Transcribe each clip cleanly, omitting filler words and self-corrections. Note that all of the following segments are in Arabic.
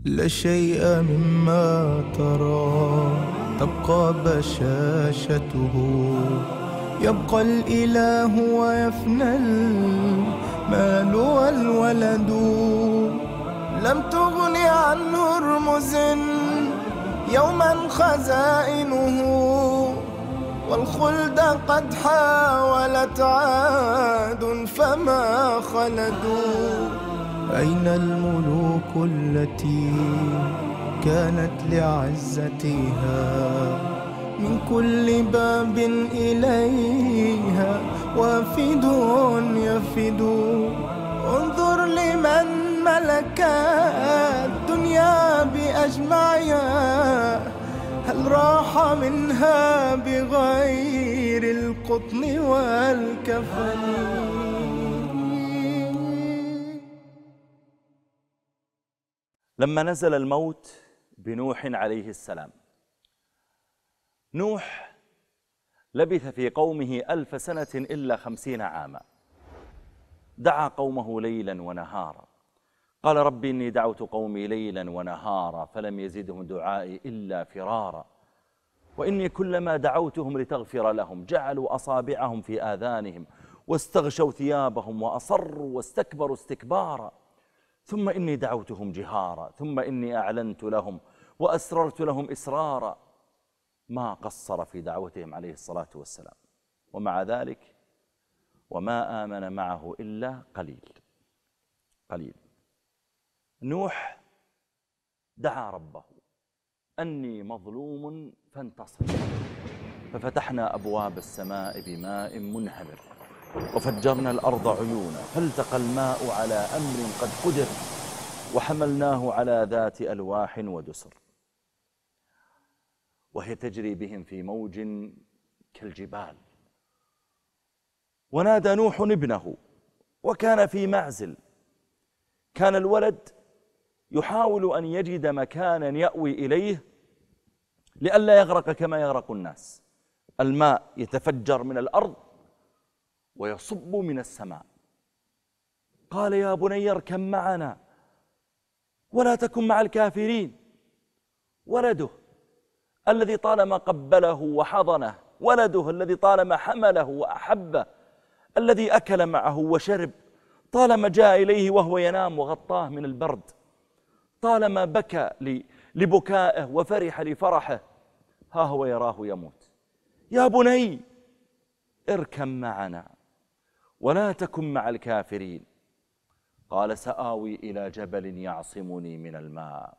لا شيء مما ترى تبقى بشاشته، يبقى الإله ويفنى المال والولد. لم تغن عنه رمز يوما خزائنه، والخلد قد حاولت عاد فما خلدوا. أين الملوك التي كانت لعزتها من كل باب إليها وافد يفد؟ انظر لمن ملك الدنيا بأجمعها، هل راح منها بغير القطن والكفن؟ لما نزل الموت بنوح عليه السلام، نوح لبث في قومه 1000 سنة إلا 50 عاما، دعا قومه ليلا ونهارا، قال رب إني دعوت قومي ليلا ونهارا فلم يزدهم دعائي إلا فرارا، وإني كلما دعوتهم لتغفر لهم جعلوا أصابعهم في آذانهم واستغشوا ثيابهم وأصروا واستكبروا استكبارا، ثم إني دعوتهم جهارا ثم إني أعلنت لهم وأسررت لهم إسرارا. ما قصر في دعوتهم عليه الصلاة والسلام، ومع ذلك وما آمن معه إلا قليل. نوح دعا ربه أني مظلوم فانتصر، ففتحنا أبواب السماء بماء منهمر وفجرنا الأرض عيونا فالتقى الماء على أمر قد قدر وحملناه على ذات ألواح ودسر، وهي تجري بهم في موج كالجبال. ونادى نوح ابنه وكان في معزل، كان الولد يحاول أن يجد مكانا يأوي إليه لئلا يغرق كما يغرق الناس. الماء يتفجر من الأرض ويصب من السماء. قال يا بني اركب معنا ولا تكن مع الكافرين. ولده الذي طالما قبله وحضنه، ولده الذي طالما حمله وأحبه، الذي أكل معه وشرب، طالما جاء إليه وهو ينام وغطاه من البرد، طالما بكى لبكائه وفرح لفرحه، ها هو يراه يموت. يا بني اركب معنا ولا تكن مع الكافرين. قال سآوي إلى جبل يعصمني من الماء.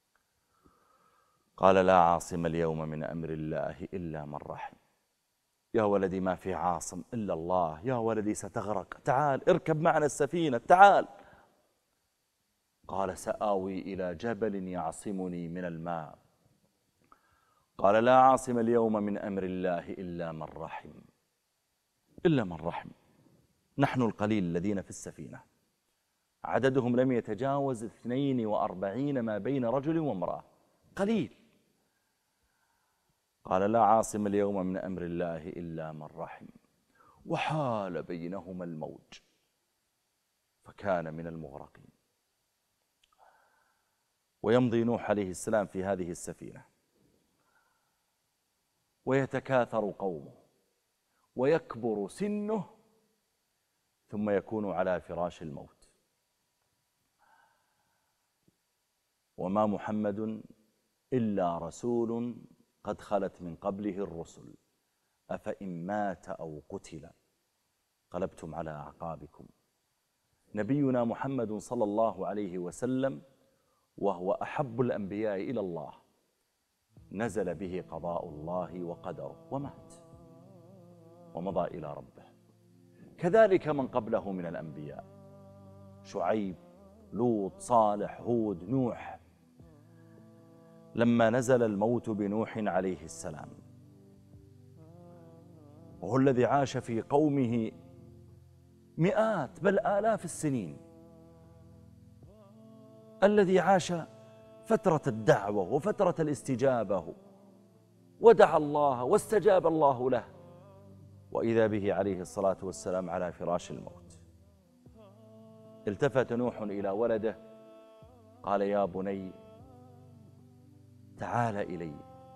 قال لا عاصم اليوم من أمر الله إلا من رحم. يا ولدي ما في عاصم إلا الله، يا ولدي ستغرق، تعال اركب معنا السفينة تعال. قال سآوي إلى جبل يعصمني من الماء. قال لا عاصم اليوم من أمر الله إلا من رحم. نحن القليل الذين في السفينة، عددهم لم يتجاوز 42 ما بين رجل وامرأة، قليل. قال لا عاصم اليوم من أمر الله إلا من رحم، وحال بينهما الموج فكان من المغرقين. ويمضي نوح عليه السلام في هذه السفينة، ويتكاثر قومه ويكبر سنه، ثم يكون على فراش الموت. وما محمد إلا رسول قد خلت من قبله الرسل، أفإن مات أو قتل انقلبتم على أعقابكم. نبينا محمد صلى الله عليه وسلم وهو أحب الأنبياء إلى الله، نزل به قضاء الله وقدره ومات ومضى إلى ربه. كذلك من قبله من الأنبياء، شعيب، لوط، صالح، هود، نوح. لما نزل الموت بنوح عليه السلام، وهو الذي عاش في قومه مئات بل آلاف السنين، الذي عاش فترة الدعوة وفترة الاستجابة، ودعا الله واستجاب الله له، وإذا به عليه الصلاة والسلام على فراش الموت. التفت نوح إلى ولده قال يا بني تعال إلي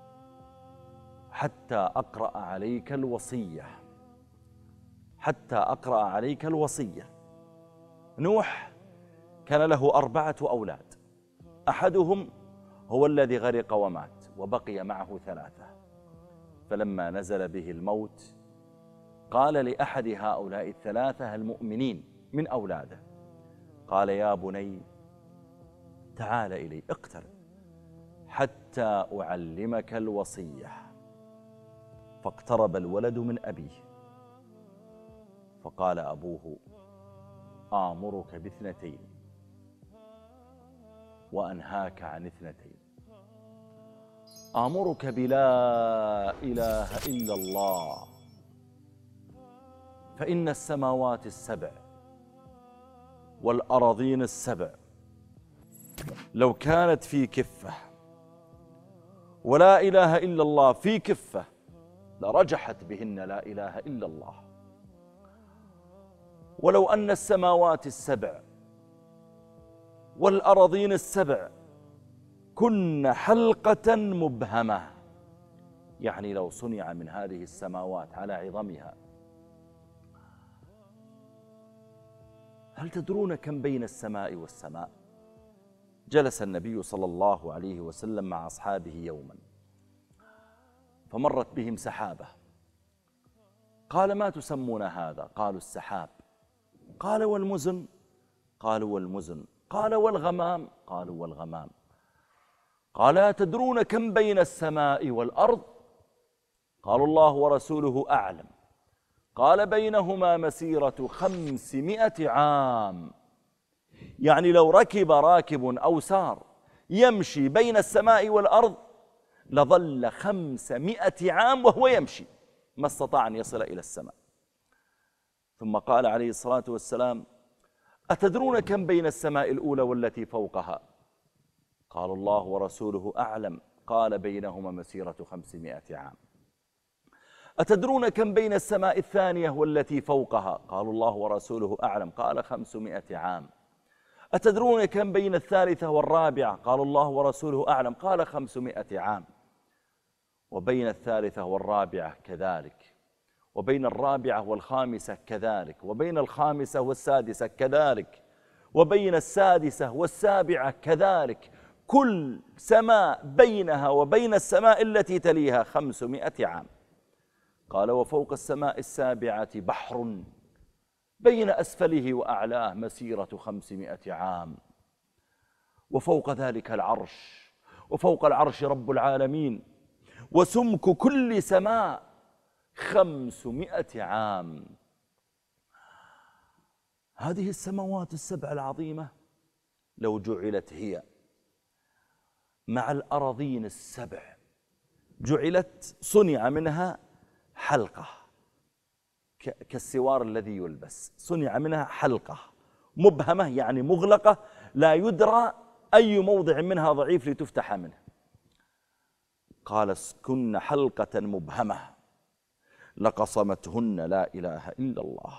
حتى أقرأ عليك الوصية، حتى أقرأ عليك الوصية. نوح كان له 4 أولاد، أحدهم هو الذي غرق ومات، وبقي معه 3. فلما نزل به الموت قال لأحد هؤلاء 3 المؤمنين من أولاده، قال يا بني تعال إلي اقترب حتى أعلمك الوصية. فاقترب الولد من أبيه فقال أبوه آمرك ب2 وأنهاك عن 2. آمرك بلا إله إلا الله، فإن السماوات ال7 والأراضين ال7 لو كانت في كفة ولا إله إلا الله في كفة لرجحت بهن لا إله إلا الله. ولو أن السماوات ال7 والأراضين ال7 كن حلقة مبهمة، يعني لو صنع من هذه السماوات على عظمها. هل تدرون كم بين السماء والسماء؟ جلس النبي صلى الله عليه وسلم مع أصحابه يوما فمرت بهم سحابة، قال ما تسمون هذا؟ قالوا السحاب. قال والمزن؟ قالوا والمزن. قال والغمام؟ قالوا والغمام. قال أتدرون كم بين السماء والأرض؟ قالوا الله ورسوله أعلم. قال بينهما مسيرة 500 عام، يعني لو ركب راكب أو سار يمشي بين السماء والأرض لظل 500 عام وهو يمشي، ما استطاع أن يصل إلى السماء. ثم قال عليه الصلاة والسلام أتدرون كم بين السماء الأولى والتي فوقها؟ قالوا الله ورسوله أعلم. قال بينهما مسيرة 500 عام. أتدرون كم بين السماء الثانية والتي فوقها؟ قالوا الله ورسوله أعلم. قال 500 عام. أتدرون كم بين الثالثة والرابعة؟ قالوا الله ورسوله أعلم. قال 500 عام. وبين الثالثة والرابعة كذلك، وبين الرابعة والخامسة كذلك، وبين الخامسة والسادسة كذلك، وبين السادسة والسابعة كذلك، كل سماء بينها وبين السماء التي تليها 500 عام. قال وفوق السماء السابعة بحر بين أسفله وأعلاه مسيرة 500 عام. وفوق ذلك العرش، وفوق العرش رب العالمين، وسمك كل سماء 500 عام. هذه السماوات ال7 العظيمة لو جعلت هي مع الأراضين ال7 جعلت صنع منها حلقة كالسوار الذي يلبس، صنع منها حلقة مبهمة يعني مغلقة لا يدرى أي موضع منها ضعيف لتفتح منه. قال كن حلقة مبهمة لقصمتهن لا إله إلا الله.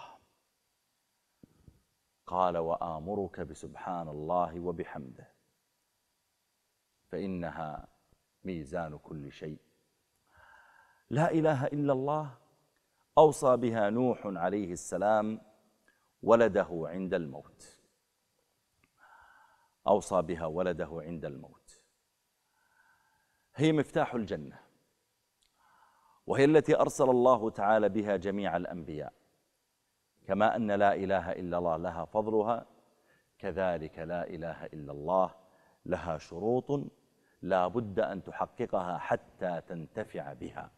قال وآمرك بسبحان الله وبحمده فإنها ميزان كل شيء. لا إله إلا الله أوصى بها نوح عليه السلام ولده عند الموت، أوصى بها ولده عند الموت. هي مفتاح الجنة، وهي التي أرسل الله تعالى بها جميع الأنبياء. كما أن لا إله إلا الله لها فضلها، كذلك لا إله إلا الله لها شروط لا بد أن تحققها حتى تنتفع بها.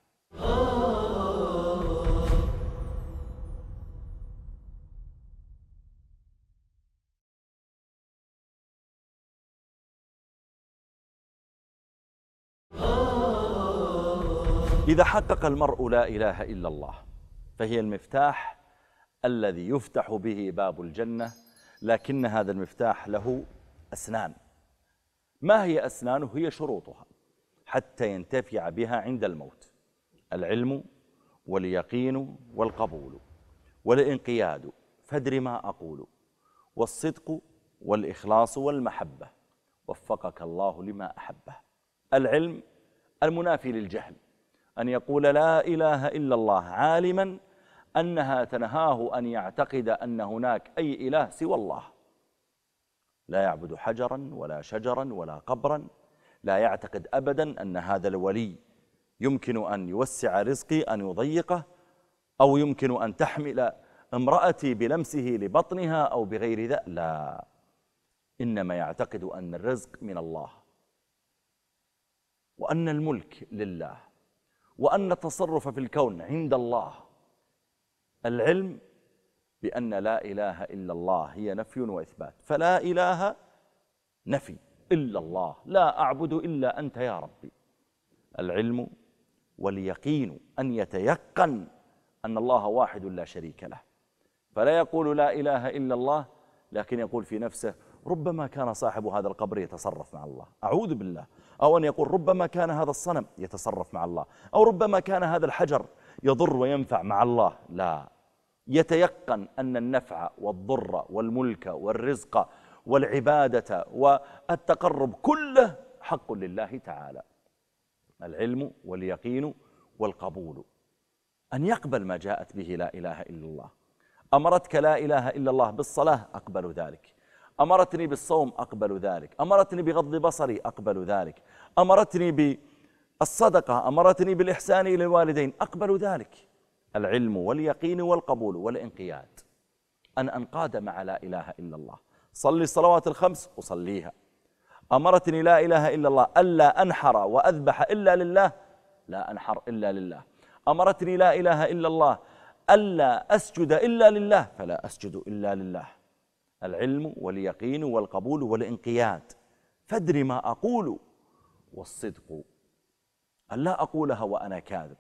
إذا حقق المرء لا إله إلا الله فهي المفتاح الذي يفتح به باب الجنة، لكن هذا المفتاح له أسنان. ما هي أسنانه؟ هي شروطها حتى ينتفع بها عند الموت: العلم واليقين والقبول والانقياد، فادر ما أقول، والصدق والإخلاص والمحبة، وفقك الله لما أحبه. العلم المنافي للجهل، أن يقول لا إله إلا الله عالما أنها تنهاه أن يعتقد أن هناك أي إله سوى الله، لا يعبد حجرا ولا شجرا ولا قبرا، لا يعتقد أبدا أن هذا الولي يمكن أن يوسع رزقي أن يضيقه، أو يمكن أن تحمل امرأتي بلمسه لبطنها أو بغير ذلك، لا، إنما يعتقد أن الرزق من الله، وأن الملك لله، وأن التصرف في الكون عند الله. العلم بأن لا إله إلا الله هي نفي وإثبات، فلا إله نفي إلا الله، لا أعبد إلا أنت يا ربي. العلم واليقين أن يتيقن أن الله واحد لا شريك له، فلا يقول لا إله إلا الله لكن يقول في نفسه ربما كان صاحب هذا القبر يتصرف مع الله، أعوذ بالله، أو أن يقول ربما كان هذا الصنم يتصرف مع الله، أو ربما كان هذا الحجر يضر وينفع مع الله. لا، يتيقن أن النفع والضر والملك والرزق والعبادة والتقرب كله حق لله تعالى. العلم واليقين والقبول، أن يقبل ما جاءت به لا إله إلا الله. أمرتك لا إله إلا الله بالصلاة أقبل ذلك، أمرتني بالصوم أقبل ذلك، أمرتني بغض بصري أقبل ذلك، أمرتني بالصدقة، أمرتني بالإحسان إلى الوالدين أقبل ذلك. العلم واليقين والقبول والانقياد، أن أنقاد مع لا إله إلا الله. صلي الصلوات الخمس أصليها، أمرتني لا إله إلا الله ألا أنحر وأذبح إلا لله، لا أنحر إلا لله. أمرتني لا إله إلا الله ألا أسجد إلا لله، فلا أسجد إلا لله. العلم واليقين والقبول والانقياد، فادر ما أقول والصدق، أن لا أقولها وأنا كاذب.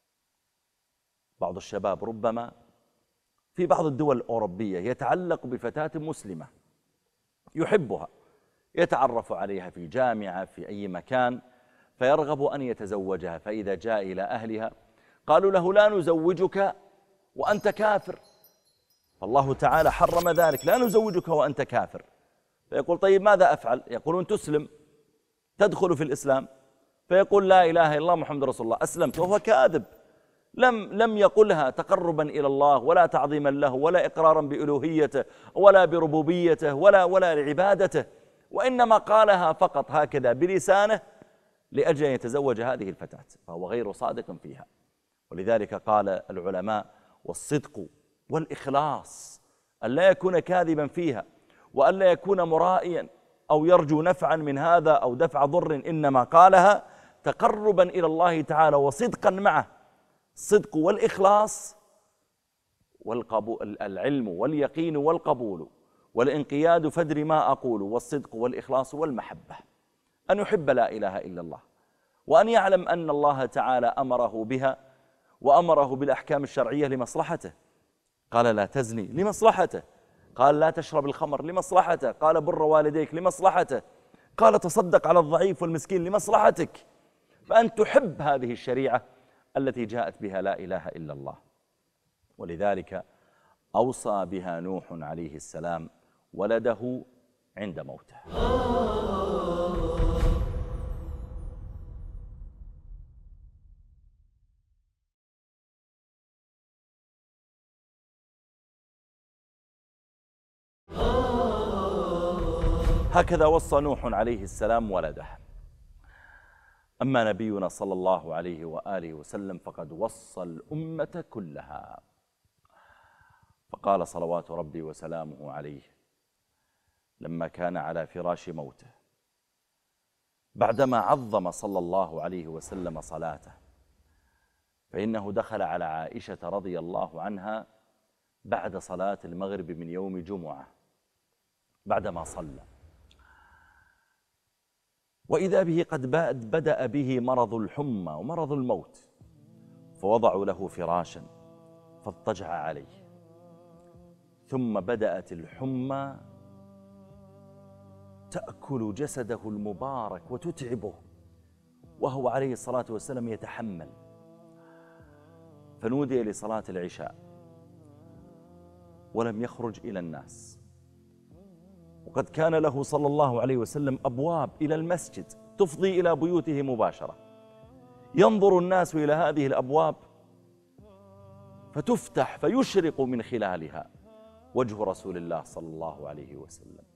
بعض الشباب ربما في بعض الدول الأوروبية يتعلق بفتاة مسلمة يحبها، يتعرف عليها في جامعة في أي مكان، فيرغب أن يتزوجها، فإذا جاء إلى أهلها قالوا له لا نزوجك وأنت كافر، فالله تعالى حرم ذلك، لا نزوجك وأنت كافر. فيقول طيب ماذا أفعل؟ يقولون تسلم، تدخل في الإسلام، فيقول لا إله إلا الله محمد رسول الله، أسلمت، وهو كاذب، لم يقلها تقربا إلى الله ولا تعظيما له ولا إقرارا بألوهيته ولا بربوبيته ولا لعبادته، وإنما قالها فقط هكذا بلسانه لأجل أن يتزوج هذه الفتاة، فهو غير صادق فيها. ولذلك قال العلماء والصدق والإخلاص، أن لا يكون كاذبا فيها، وأن لا يكون مرائيا أو يرجو نفعا من هذا أو دفع ضر، إنما قالها تقربا إلى الله تعالى وصدقا معه. الصدق والإخلاص والقبول، العلم واليقين والقبول والانقياد، فادر ما أقول، والصدق والإخلاص والمحبة، أن يحب لا إله إلا الله، وأن يعلم أن الله تعالى أمره بها وأمره بالأحكام الشرعية لمصلحته. قال لا تزني لمصلحته، قال لا تشرب الخمر لمصلحته، قال بر والديك لمصلحته، قال تصدق على الضعيف والمسكين لمصلحتك. فأن تحب هذه الشريعة التي جاءت بها لا إله إلا الله. ولذلك أوصى بها نوح عليه السلام ولده عند موته. هكذا وصى نوح عليه السلام ولده. أما نبينا صلى الله عليه وآله وسلم فقد وصى الأمة كلها، فقال صلوات ربي وسلامه عليه لما كان على فراش موته، بعدما عظم صلى الله عليه وسلم صلاته، فإنه دخل على عائشة رضي الله عنها بعد صلاة المغرب من يوم جمعة بعدما صلى، وإذا به قد بدأ به مرض الحمى ومرض الموت، فوضعوا له فراشا فاضطجع عليه، ثم بدأت الحمى تأكل جسده المبارك وتتعبه، وهو عليه الصلاة والسلام يتحمل. فنودي لصلاة العشاء ولم يخرج إلى الناس، وقد كان له صلى الله عليه وسلم أبواب إلى المسجد، تفضي إلى بيوته مباشرة. ينظر الناس إلى هذه الأبواب فتفتح فيشرق من خلالها وجه رسول الله صلى الله عليه وسلم.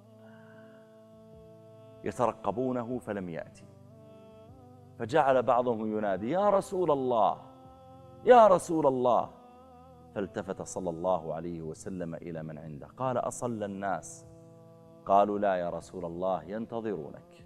يترقبونه فلم يأتي، فجعل بعضهم ينادي: يا رسول الله، يا رسول الله. فالتفت صلى الله عليه وسلم إلى من عنده قال: أصلى الناس؟ قالوا: لا يا رسول الله، ينتظرونك.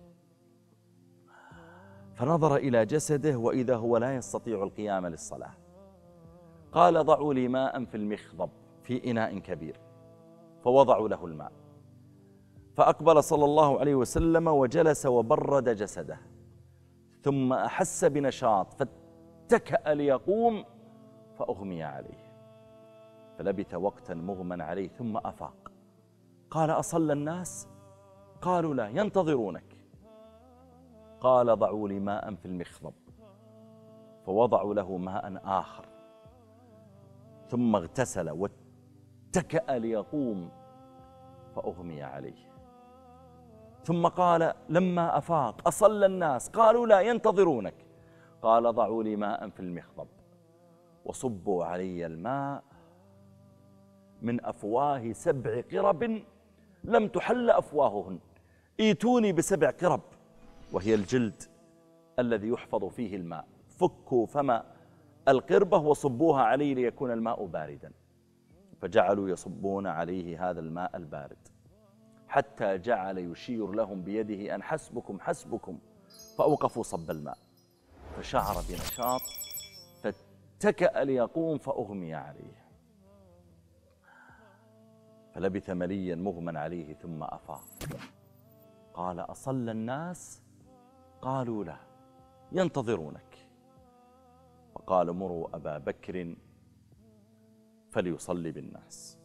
فنظر إلى جسده وإذا هو لا يستطيع القيام للصلاة. قال: ضعوا لي ماء في المخضب في إناء كبير، فوضعوا له الماء. فأقبل صلى الله عليه وسلم وجلس وبرد جسده، ثم أحس بنشاط فاتكأ ليقوم فأغمي عليه، فلبث وقتا مغمى عليه ثم أفاق. قال: أصلى الناس؟ قالوا: لا، ينتظرونك. قال: ضعوا لي ماء في المخضب، فوضعوا له ماء آخر، ثم اغتسل واتكأ ليقوم فأغمي عليه. ثم قال لما أفاق: أصلى الناس؟ قالوا: لا، ينتظرونك. قال: ضعوا لي ماء في المخضب وصبوا علي الماء من أفواه 7 قرب لم تحل أفواههن. ايتوني ب7 قرب، وهي الجلد الذي يحفظ فيه الماء. فكوا فم القربة وصبوها عليه ليكون الماء باردا. فجعلوا يصبون عليه هذا الماء البارد، حتى جعل يشير لهم بيده أن حسبكم حسبكم، فأوقفوا صب الماء. فشعر بنشاط فاتكأ ليقوم فأغمي عليه، فلبث مليا مغمى عليه ثم أفاق. قال: أصلى الناس؟ قالوا: لا، ينتظرونك. فقال: مروا أبا بكر فليصلي بالناس.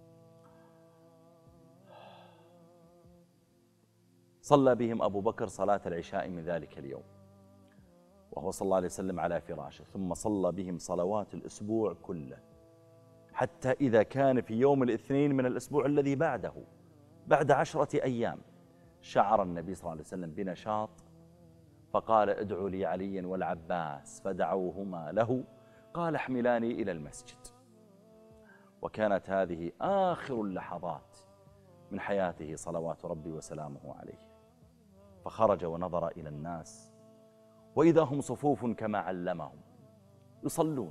صلى بهم أبو بكر صلاة العشاء من ذلك اليوم وهو صلى الله عليه وسلم على فراشه، ثم صلى بهم صلوات الأسبوع كله، حتى إذا كان في يوم الاثنين من الأسبوع الذي بعده بعد 10 أيام شعر النبي صلى الله عليه وسلم بنشاط، فقال: ادعوا لي عليا والعباس، فدعوهما له. قال: احملاني إلى المسجد. وكانت هذه آخر اللحظات من حياته صلوات ربي وسلامه عليه. فخرج ونظر إلى الناس وإذا هم صفوف كما علمهم يصلون،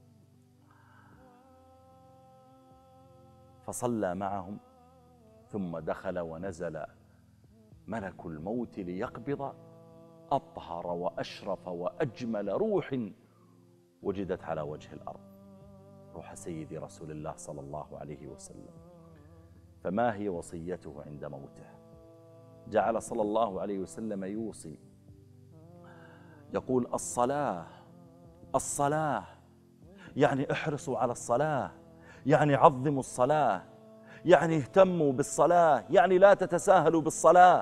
فصلى معهم، ثم دخل ونزل ملك الموت ليقبض أطهر وأشرف وأجمل روح وجدت على وجه الأرض، روح سيدي رسول الله صلى الله عليه وسلم. فما هي وصيته عند موته؟ جعل صلى الله عليه وسلم يوصي يقول: الصلاة الصلاة، يعني احرصوا على الصلاة، يعني عظموا الصلاة، يعني اهتموا بالصلاة، يعني لا تتساهلوا بالصلاة.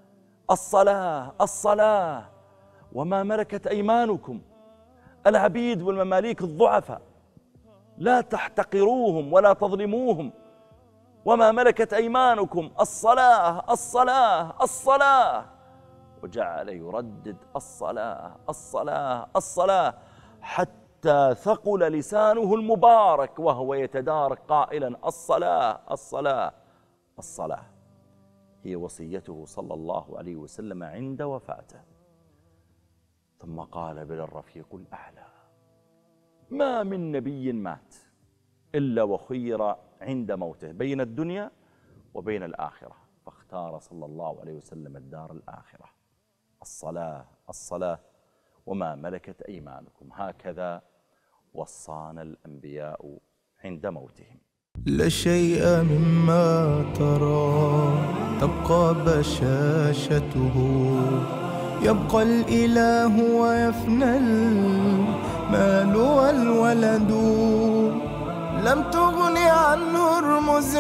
الصلاة الصلاة، وما ملكت أيمانكم، العبيد والمماليك الضعفاء لا تحتقروهم ولا تظلموهم، وما ملكت أيمانكم، الصلاة الصلاة الصلاة. وجعل يردد: الصلاة الصلاة الصلاة، حتى ثقل لسانه المبارك وهو يتدارك قائلا: الصلاة الصلاة الصلاة. هي وصيته صلى الله عليه وسلم عند وفاته. ثم قال: بل الرفيق الأعلى. ما من نبي مات إلا وخير عند موته بين الدنيا وبين الآخرة، فاختار صلى الله عليه وسلم الدار الآخرة. الصلاة الصلاة، وما ملكت أيمانكم. هكذا وصانا الأنبياء عند موتهم. لا شيء مما ترى تبقى بشاشته، يبقى الإله ويفنى المال والولد. لم تغن عنه رمز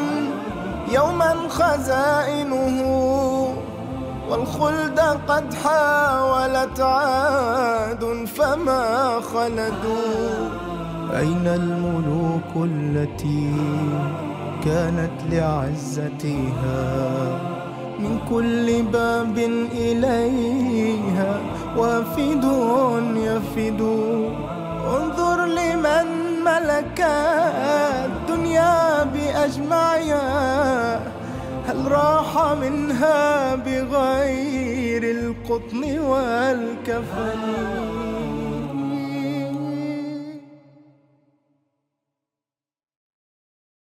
يوما خزائنه، والخلد قد حاولت عاد فما خلدوا. أين الملوك التي كانت لعزتها من من كل باب إليها وافد يفد. انظر لمن ملك الدنيا بأجمعها، هل راح منها بغير القطن والكفن؟